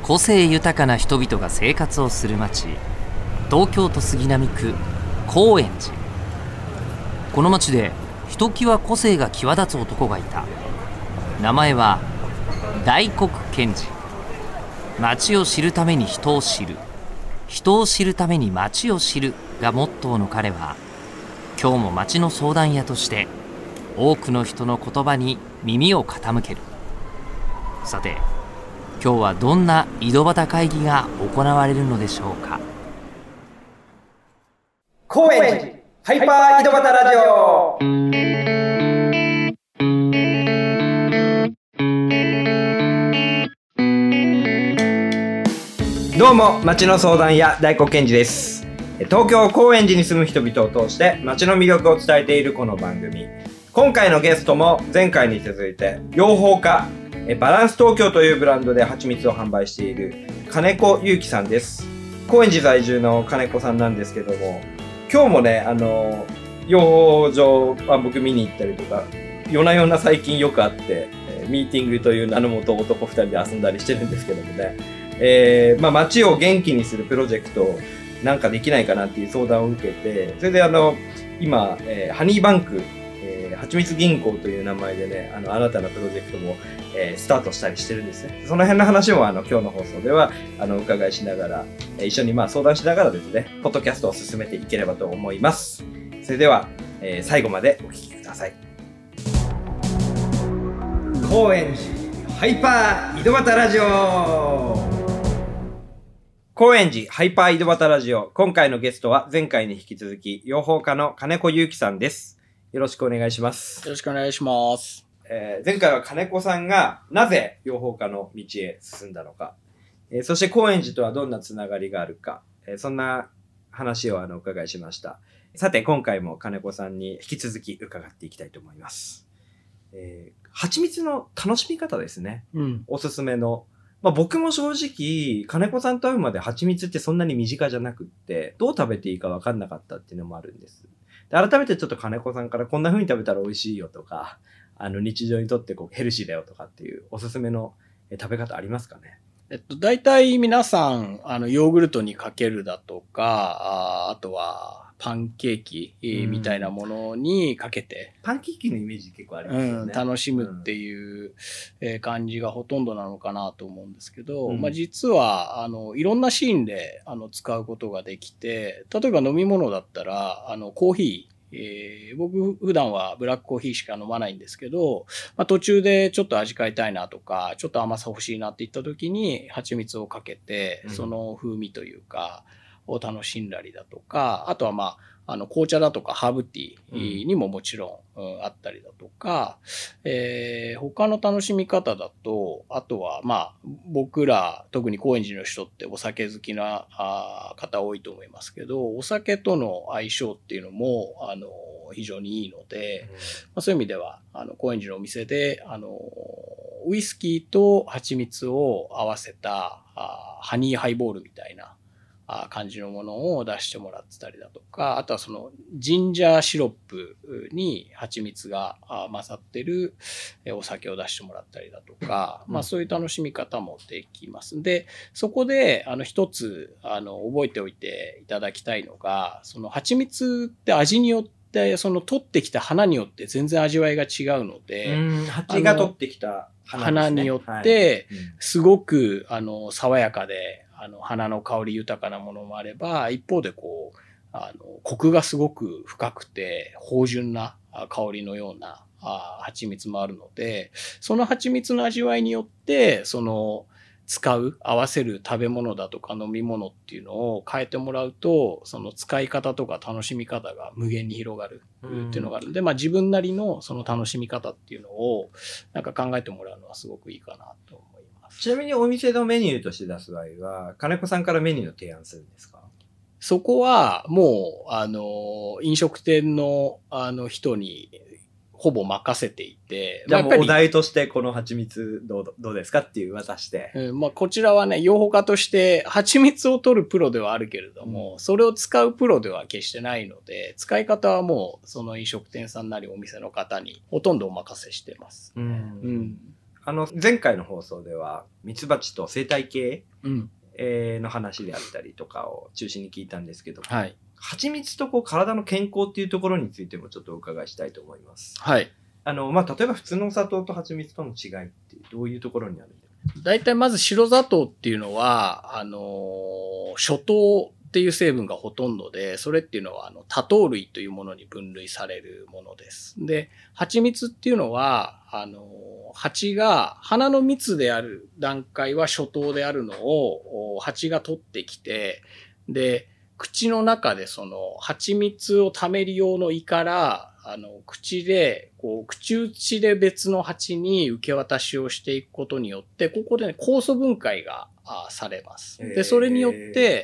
個性豊かな人々が生活をする町、東京都杉並区高円寺。この町でひときわ個性が際立つ男がいた。名前は大黒賢治。町を知るために人を知る、人を知るために町を知るがモットーの彼は、今日も町の相談屋として多くの人の言葉に耳を傾ける。さて、今日はどんな井戸端会議が行われるのでしょうか。 高円寺ハイパー井戸端ラジオ。どうも、町の相談屋大黒賢治です。東京高円寺に住む人々を通して町の魅力を伝えているこの番組。今回のゲストも前回に続いて養蜂家バランス東京というブランドで蜂蜜を販売している金子祐樹さんです。高円寺在住の金子さんなんですけども、今日もね、養蜂場は僕見に行ったりとか、夜な夜な最近よくあって、ミーティングという名のもと男2人で遊んだりしてるんですけどもね、街を元気にするプロジェクトなんかできないかなっていう相談を受けて、それで今、ハニーバンク、はちみつ銀行という名前でね、新たなプロジェクトも、スタートしたりしてるんですね。その辺の話も今日の放送ではお伺いしながら、一緒に相談しながらですね、ポッドキャストを進めていければと思います。それでは、最後までお聞きください。高円寺ハイパー井戸端ラジオ。高円寺ハイパー井戸端ラジオ。今回のゲストは前回に引き続き養蜂家の金子祐樹さんです。よろしくお願いします。 よろしくお願いします。 前回は金子さんがなぜ養蜂家の道へ進んだのか、そして高円寺とはどんなつながりがあるか、そんな話をお伺いしました。さて今回も金子さんに引き続き伺っていきたいと思います。蜂蜜の楽しみ方ですね。おすすめの。僕も正直、金子さんと会うまで蜂蜜ってそんなに身近じゃなくって、どう食べていいか分かんなかったっていうのもあるんです。で、改めてちょっと金子さんからこんな風に食べたら美味しいよとか、日常にとってヘルシーだよとかっていうおすすめの食べ方ありますかね？ 大体皆さん、ヨーグルトにかけるだとか、あとはパンケーキみたいなものにかけて、 パンケーキのイメージ結構ありますよね。 楽しむっていう感じがほとんどなのかなと思うんですけど、実は、いろんなシーンで使うことができて、例えば飲み物だったら、コーヒー、僕普段はブラックコーヒーしか飲まないんですけど、途中でちょっと味変えたいなとか、ちょっと甘さ欲しいなっていった時に蜂蜜をかけて、その風味というかを楽しんだりだとか、あとは紅茶だとかハーブティーにももちろん、あったりだとか、他の楽しみ方だと、あとは僕ら特に高円寺の人ってお酒好きな方多いと思いますけど、お酒との相性っていうのも非常にいいので、そういう意味では高円寺のお店でウイスキーと蜂蜜を合わせたハニーハイボールみたいな感じのものを出してもらってたりだとか、あとはそのジンジャーシロップに蜂蜜が混ざってるお酒を出してもらったりだとか、そういう楽しみ方もできます。で、そこで一つ覚えておいていただきたいのが、その蜂蜜って味によってその取ってきた花によって全然味わいが違うので、 蜂が取ってきた花によってすごく爽やかで花の香り豊かなものもあれば、一方でコクがすごく深くて芳醇な香りのような蜂蜜もあるので、その蜂蜜の味わいによってその合わせる食べ物だとか飲み物っていうのを変えてもらうと、その使い方とか楽しみ方が無限に広がるっていうのがあるので、自分なりのその楽しみ方っていうのをなんか考えてもらうのはすごくいいかなと思います。 ちなみにお店のメニューとして出す場合は、金子さんからメニューの提案するんですか？ そこはもう飲食店の人にほぼ任せていて。 じゃあもうお題としてこの蜂蜜どうですかっていう渡して。 こちらはね、養蜂家として蜂蜜を取るプロではあるけれども、それを使うプロでは決してないので、使い方はもうその飲食店さんなりお店の方にほとんどお任せしてます。 前回の放送では、ミツバチと生態系、 うんの話であったりとかを中心に聞いたんですけど、 はい。 蜂蜜とこう体の健康っていうところについてもちょっとお伺いしたいと思います。 はい。 例えば普通のお砂糖と蜂蜜との違いってどういうところにあるんですか？ 大体まず白砂糖っていうのは、初糖っていう成分がほとんどで、それっていうのは多糖類というものに分類されるものです。で、蜂蜜っていうのは、蜂が花の蜜である段階は初糖であるのを蜂が取ってきて、で、口の中でその蜂蜜を貯める用の胃から、口で、口打ちで別の蜂に受け渡しをしていくことによって、ここでね、酵素分解がされます。で、それによって、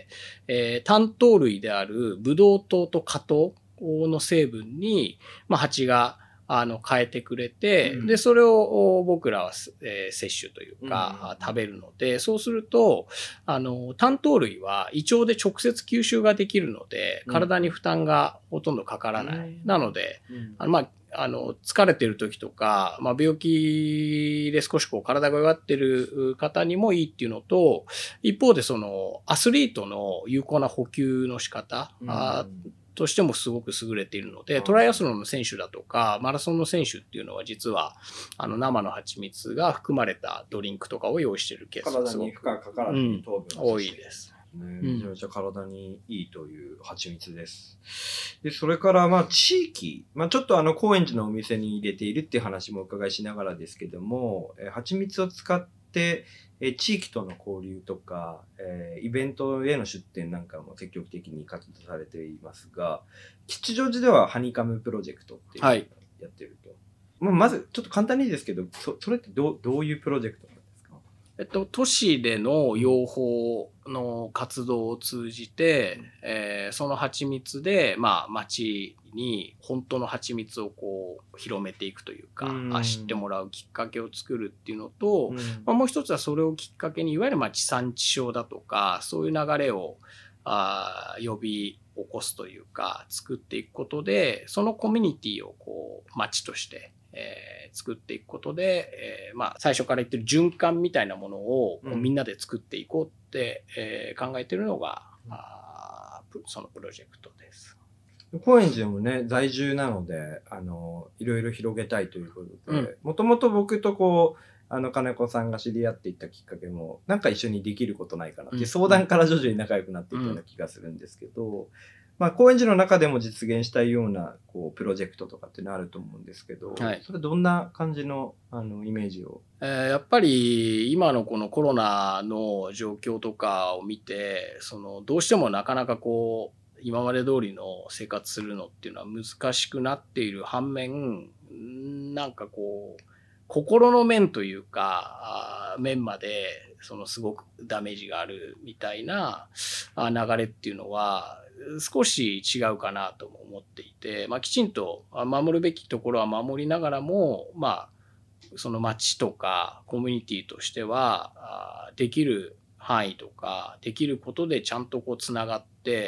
単糖類であるブドウ糖と果糖の成分に、蜂が変えてくれて、で、それを僕らは、摂取というか、食べるので、そうすると、単糖類は胃腸で直接吸収ができるので、体に負担がほとんどかからない。なので、疲れてる時とか、病気で少し体が弱ってる方にもいいっていうのと、一方でアスリートの有効な補給の仕方、としてもすごく優れているので、トライアスロンの選手だとか、マラソンの選手っていうのは実は、生の蜂蜜が含まれたドリンクとかを用意しているケースが体に負荷かからずに糖分が多いです。 めちゃめちゃ体にいいという蜂蜜です。で、それから地域、ちょっと高円寺のお店に入れているっていう話もお伺いしながらですけども、蜂蜜を使って地域との交流とか、イベントへの出店なんかも積極的に活動されていますが、吉祥寺ではハニカムプロジェクトっていうのをやってると。まず、ちょっと簡単にいいですけど、それってどういうプロジェクトなんですか？ 都市での養蜂の活動を通じて、その蜂蜜で、町に本当の蜂蜜を広めていくというか、知ってもらうきっかけを作るっていうのと、もう一つはそれをきっかけに、いわゆる地産地消だとか、そういう流れを呼び起こすというか、作っていくことで、そのコミュニティを町として、作っていくことで、最初から言ってる循環みたいなものをみんなで作っていこうって、考えてるのが、そのプロジェクトです。 高円寺もね、在住なので、いろいろ広げたいということで、もともと僕と金子さんが知り合っていったきっかけも、なんか一緒にできることないかなって、相談から徐々に仲良くなっていったような気がするんですけど、高円寺の中でも実現したいような、プロジェクトとかってのあると思うんですけど、それどんな感じの、イメージを？ やっぱり今のこのコロナの状況とかを見て、どうしてもなかなか今まで通りの生活するのっていうのは難しくなっている反面、なんか心の面というか、面まですごくダメージがあるみたいな流れっていうのは少し違うかなとも思っていて、きちんと守るべきところは守りながらも、その街とかコミュニティとしては、できる範囲とか、できることでちゃんとつながって、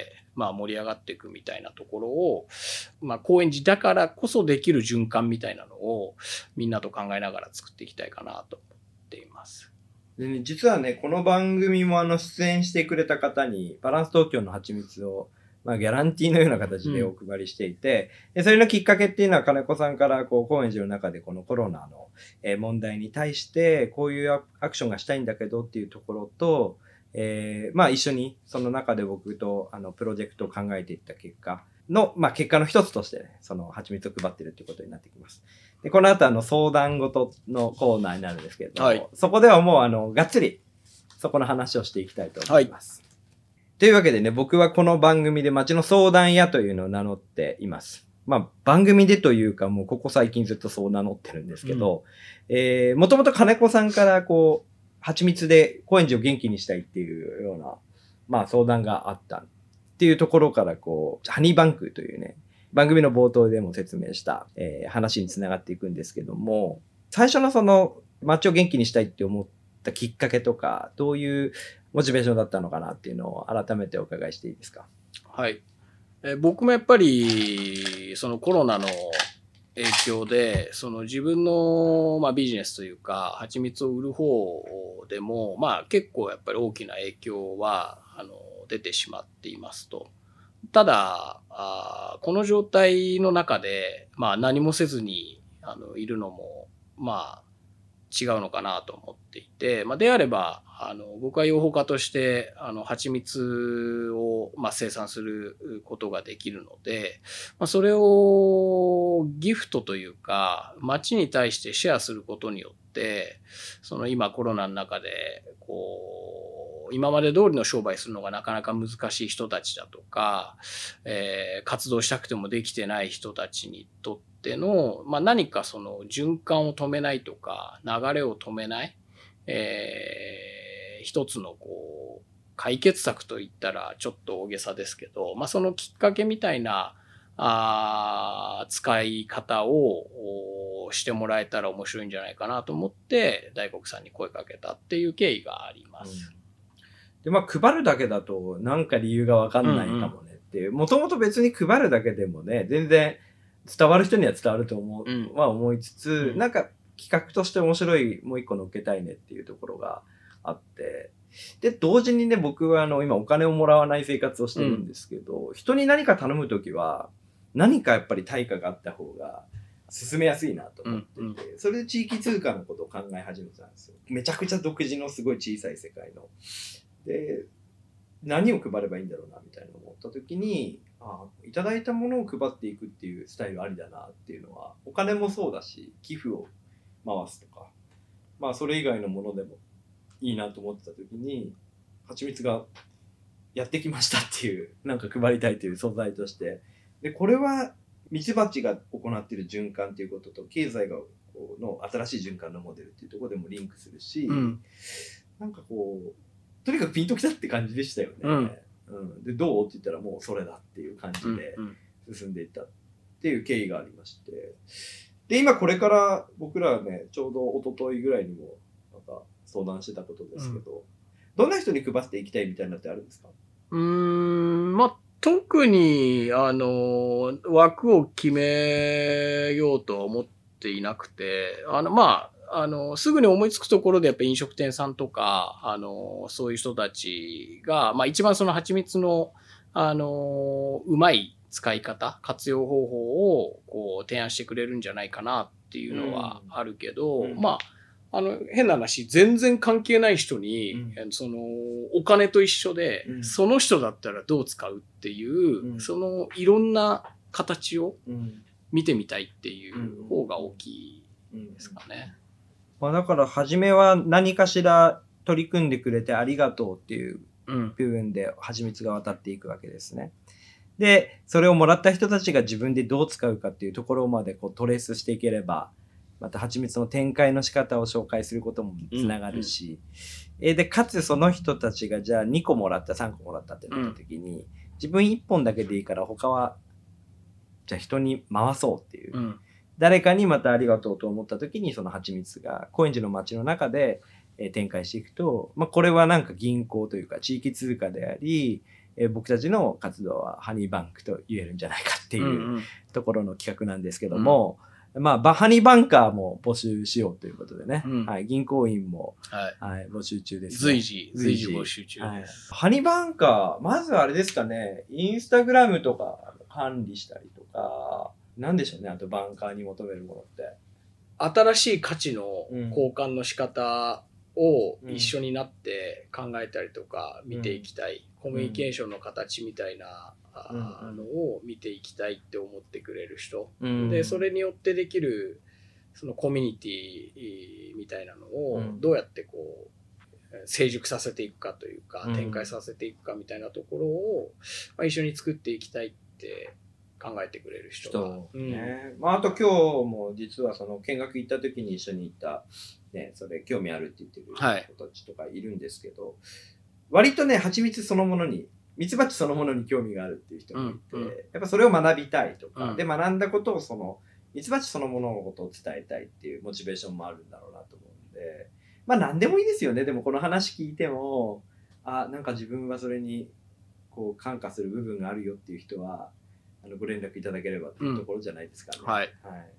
盛り上がっていくみたいなところを、高円寺だからこそできる循環みたいなのをみんなと考えながら作っていきたいかなと思っています。 でね、実はね、この番組も出演してくれた方にバランス東京の蜂蜜をギャランティーのような形でお配りしていて、それのきっかけっていうのは金子さんから高円寺の中でこのコロナの問題に対してこういうアクションがしたいんだけどっていうところと、一緒にその中で僕とプロジェクトを考えていった結果の、結果の一つとしてね、その蜂蜜を配ってるっていうことになってきます。で、この後相談事のコーナーになるんですけれども、そこではもうがっつりそこの話をしていきたいと思います。というわけでね、僕はこの番組で町の相談屋というのを名乗っています。番組でというかもうここ最近ずっとそう名乗ってるんですけど、もともと金子さんから蜂蜜で高円寺を元気にしたいっていうような、相談があったっていうところからハニーバンクというね、番組の冒頭でも説明した、話につながっていくんですけども、最初のその街を元気にしたいって思ったきっかけとか、どういうモチベーションだったのかなっていうのを改めてお伺いしていいですか？ はい。僕もやっぱりそのコロナの影響で、その自分の、まあ、ビジネスというか、蜂蜜を売る方でも、まあ、結構やっぱり大きな影響は、出てしまっていますと。ただ、この状態の中で、まあ、何もせずに、いるのも、まあ、違うのかなと思っていて、まあ、であれば、僕は養蜂家として、蜂蜜を、まあ、生産することができるので、まあ、それをギフトというか、町に対してシェアすることによって、その今コロナの中で、今まで通りの商売するのがなかなか難しい人たちだとか、活動したくてもできてない人たちにとっての、まあ、何かその循環を止めないとか、流れを止めない、一つの解決策といったらちょっと大げさですけど、まあ、そのきっかけみたいな使い方をしてもらえたら面白いんじゃないかなと思って大黒さんに声かけたっていう経緯があります。 で、まあ、配るだけだとなんか理由がわかんないかもねっていう、もともと別に配るだけでもね、全然伝わる人には伝わると思う、思いつつ、なんか企画として面白いもう一個乗っけたいねっていうところがあって、で、同時にね、僕は今お金をもらわない生活をしてるんですけど、人に何か頼むときは、何かやっぱり対価があった方が進めやすいなと思ってて、それで地域通貨のことを考え始めたんですよ。めちゃくちゃ独自のすごい小さい世界の。で、何を配ればいいんだろうなみたいな思った時に、いただいたものを配っていくっていうスタイルありだなっていうのは、お金もそうだし、寄付を回すとか、まあそれ以外のものでもいいなと思ってた時に、蜂蜜がやってきましたっていう、なんか配りたいという素材として。で、これはミツバチが行っている循環ということと、経済がの新しい循環のモデルっていうところでもリンクするし、なんかとにかくピンときたって感じでしたよね。で、どうって言ったらもうそれだっていう感じで進んでいったっていう経緯がありまして。で、今これから僕らはね、ちょうど一昨日ぐらいにもなんか相談してたことですけど、どんな人に配っていきたいみたいなのってあるんですか？ まあ、特に、枠を決めようとは思っていなくて、まあ、すぐに思いつくところでやっぱ飲食店さんとか、そういう人たちが、まあ一番その蜂蜜の、うまい使い方、活用方法を提案してくれるんじゃないかなっていうのはあるけど、まあ、変な話、全然関係ない人に、お金と一緒で、その人だったらどう使うっていう、そのいろんな形を見てみたいっていう方が大きいですかね。 まあだから初めは何かしら取り組んでくれてありがとうっていう部分で蜂蜜が渡っていくわけですね。で、それをもらった人たちが自分でどう使うかっていうところまでトレースしていければ、また蜂蜜の展開の仕方を紹介することもつながるし、で、かつその人たちがじゃあ2個もらった3個もらったってなった時に、自分1本だけでいいから他はじゃあ人に回そうっていう、誰かにまたありがとうと思った時にその蜂蜜が高円寺の街の中で展開していくと、まあこれはなんか銀行というか地域通貨であり、僕たちの活動はハニーバンクと言えるんじゃないかっていうところの企画なんですけども、まあ、ハニーバンカーも募集しようということでね。はい、銀行員も、はい、募集中です、 ね。随時募集中です、 ハニーバンカー、まずあれですかね、インスタグラムとか管理したりとか、なんでしょうね、あとバンカーに求めるものって。 新しい価値の交換の仕方を一緒になって考えたりとか見ていきたい。コミュニケーションの形みたいなのを見ていきたいって思ってくれる人、でそれによってできるそのコミュニティみたいなのをどうやって成熟させていくかというか、展開させていくかみたいなところを、まあ、一緒に作っていきたいって考えてくれる人が、 まあ、あと今日も実はその見学行った時に一緒に行った、ね、それ興味あるって言ってる人たちとかいるんですけど、割とね、蜂蜜そのものに、蜜蜂そのものに興味があるっていう人がいて、やっぱそれを学びたいとか、で学んだことを蜜蜂そのもののことを伝えたいっていうモチベーションもあるんだろうなと思うんで、まあ何でもいいですよね。でもこの話聞いても、なんか自分はそれに感化する部分があるよっていう人は、ご連絡いただければというところじゃないですかね。 はい。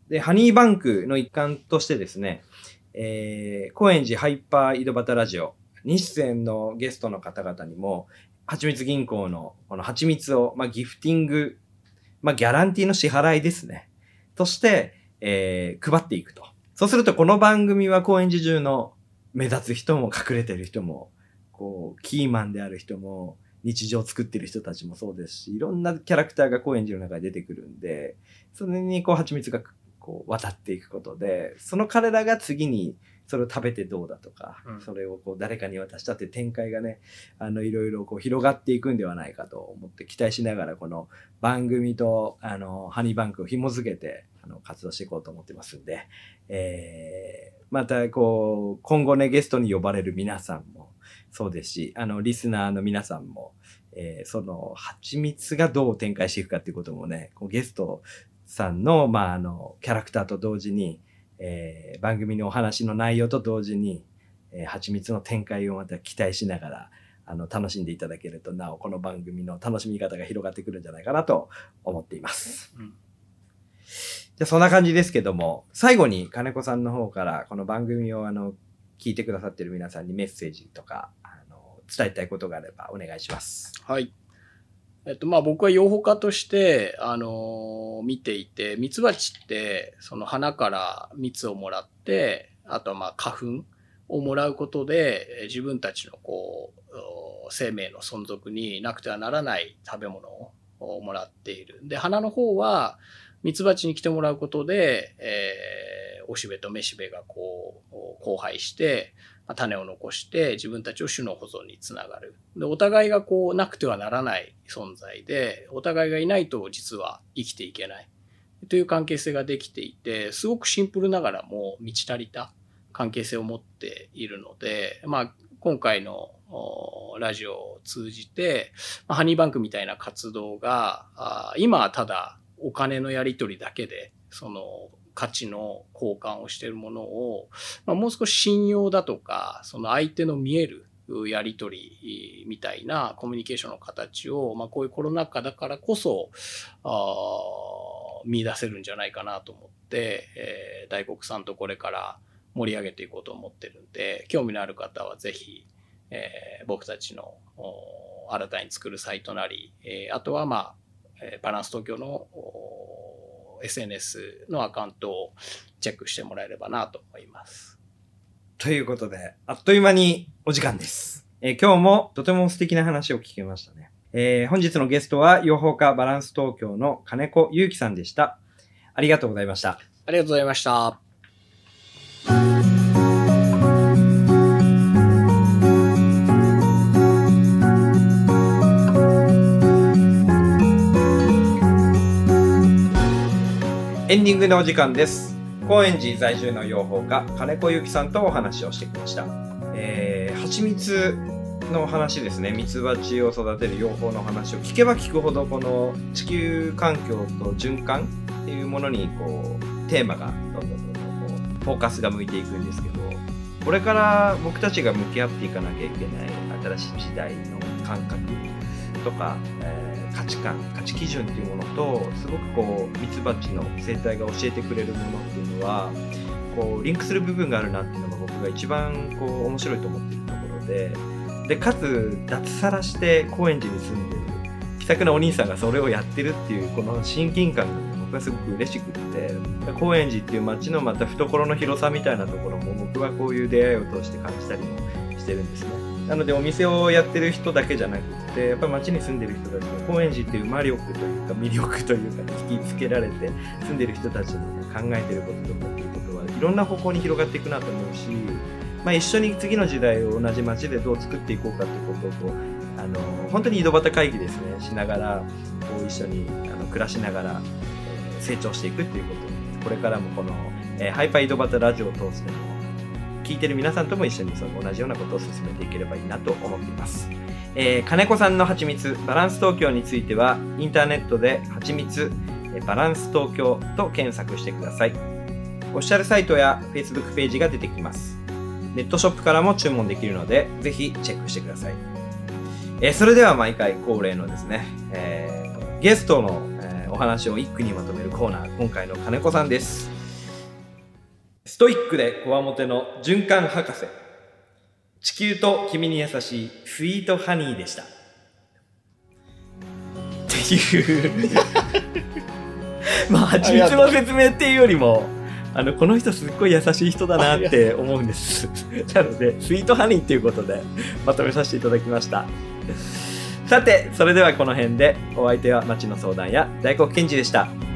で、ハニーバンクの一環としてですね、高円寺ハイパー井戸端ラジオに出演のゲストの方々にも、はちみつ銀行のこのはちみつを、ギフティング、ギャランティーの支払いですね。として、配っていくと。そうするとこの番組は高円寺中の目立つ人も隠れてる人も、キーマンである人も、日常を作ってる人たちもそうですし、いろんなキャラクターが高円寺の中で出てくるんで、それにはちみつが渡っていくことで、その彼らが次にそれを食べてどうだとか、それを誰かに渡したっていう展開がね、いろいろ広がっていくんではないかと思って期待しながら、この番組とハニーバンクを紐づけて活動していこうと思ってますんで、また今後ね、ゲストに呼ばれる皆さんもそうですし、リスナーの皆さんも、そのはちみつがどう展開していくかっていうこともね、ゲストさんのキャラクターと同時に、番組のお話の内容と同時に、はちみつの展開をまた期待しながら楽しんでいただけると、なおこの番組の楽しみ方が広がってくるんじゃないかなと思っています。じゃあそんな感じですけども、最後に金子さんの方からこの番組を聞いてくださっている皆さんにメッセージとか伝えたいことがあればお願いします。 はい。僕は養蜂家として、見ていて、ミツバチって、その花から蜜をもらって、あとは花粉をもらうことで、自分たちの生命の存続になくてはならない食べ物をもらっている。で、花の方は、ミツバチに来てもらうことで、おしべとめしべが交配して、種を残して自分たちを種の保存につながる。で、お互いがなくてはならない存在で、お互いがいないと実は生きていけないという関係性ができていて、すごくシンプルながらも満ち足りた関係性を持っているので、今回のラジオを通じて、ハニーバンクみたいな活動が、今はただお金のやり取りだけで、その価値の交換をしているものを、もう少し信用だとか、その相手の見えるやり取りみたいなコミュニケーションの形を、こういうコロナ禍だからこそ見出せるんじゃないかなと思って、大黒さんとこれから盛り上げていこうと思ってるんで、興味のある方はぜひ、僕たちの新たに作るサイトなり、あとはバランス東京のSNS のアカウントをチェックしてもらえればなと思います。 ということで、あっという間にお時間です。今日もとても素敵な話を聞けましたね。本日のゲストは養蜂家バランス東京の金子祐樹さんでした。ありがとうございました。 ありがとうございました。 エンディングのお時間です。高円寺在住の養蜂家金子祐樹さんとお話をしてきました。はちみつの話ですね。ミツバチを育てる養蜂の話を聞けば聞くほど、この地球環境と循環っていうものにテーマがどんどんフォーカスが向いていくんですけど、これから僕たちが向き合っていかなきゃいけない新しい時代の感覚とか、価値観、価値基準っていうものと、すごくミツバチの生態が教えてくれるものっていうのはリンクする部分があるなっていうのが僕が一番面白いと思っているところで、かつ脱サラして高円寺に住んでる気さくなお兄さんがそれをやってるっていうこの親近感が僕はすごく嬉しくって、高円寺っていう街のまた懐の広さみたいなところも僕はこういう出会いを通して感じたりもしてるんですね。なのでお店をやってる人だけじゃなくて、やっぱり街に住んでる人たちの高円寺っていう魔力というか魅力というか引きつけられて住んでる人たちの考えてることとかっていうことはいろんな方向に広がっていくなと思うし、一緒に次の時代を同じ街でどう作っていこうかってことを本当に井戸端会議ですねしながら一緒に暮らしながら成長していくっていうこと、これからもこのハイパー井戸端ラジオを通しても聞いてる皆さんとも一緒に同じようなことを進めていければいいなと思っています。金子さんのはちみつバランス東京についてはインターネットではちみつバランス東京と検索してください。オフィシャルサイトや Facebook ページが出てきます。ネットショップからも注文できるのでぜひチェックしてください。それでは毎回恒例のですね、ゲストの、お話を一句にまとめるコーナー、今回の金子さんです。 ストイックでこわもての循環博士。地球と君に優しいスイートハニーでした。っていうまあ蜂蜜の説明っていうよりもこの人すっごい優しい人だなって思うんですなのでスイートハニーっていうことでまとめさせていただきました。さてそれではこの辺で、お相手は町の相談屋大黒賢治でした。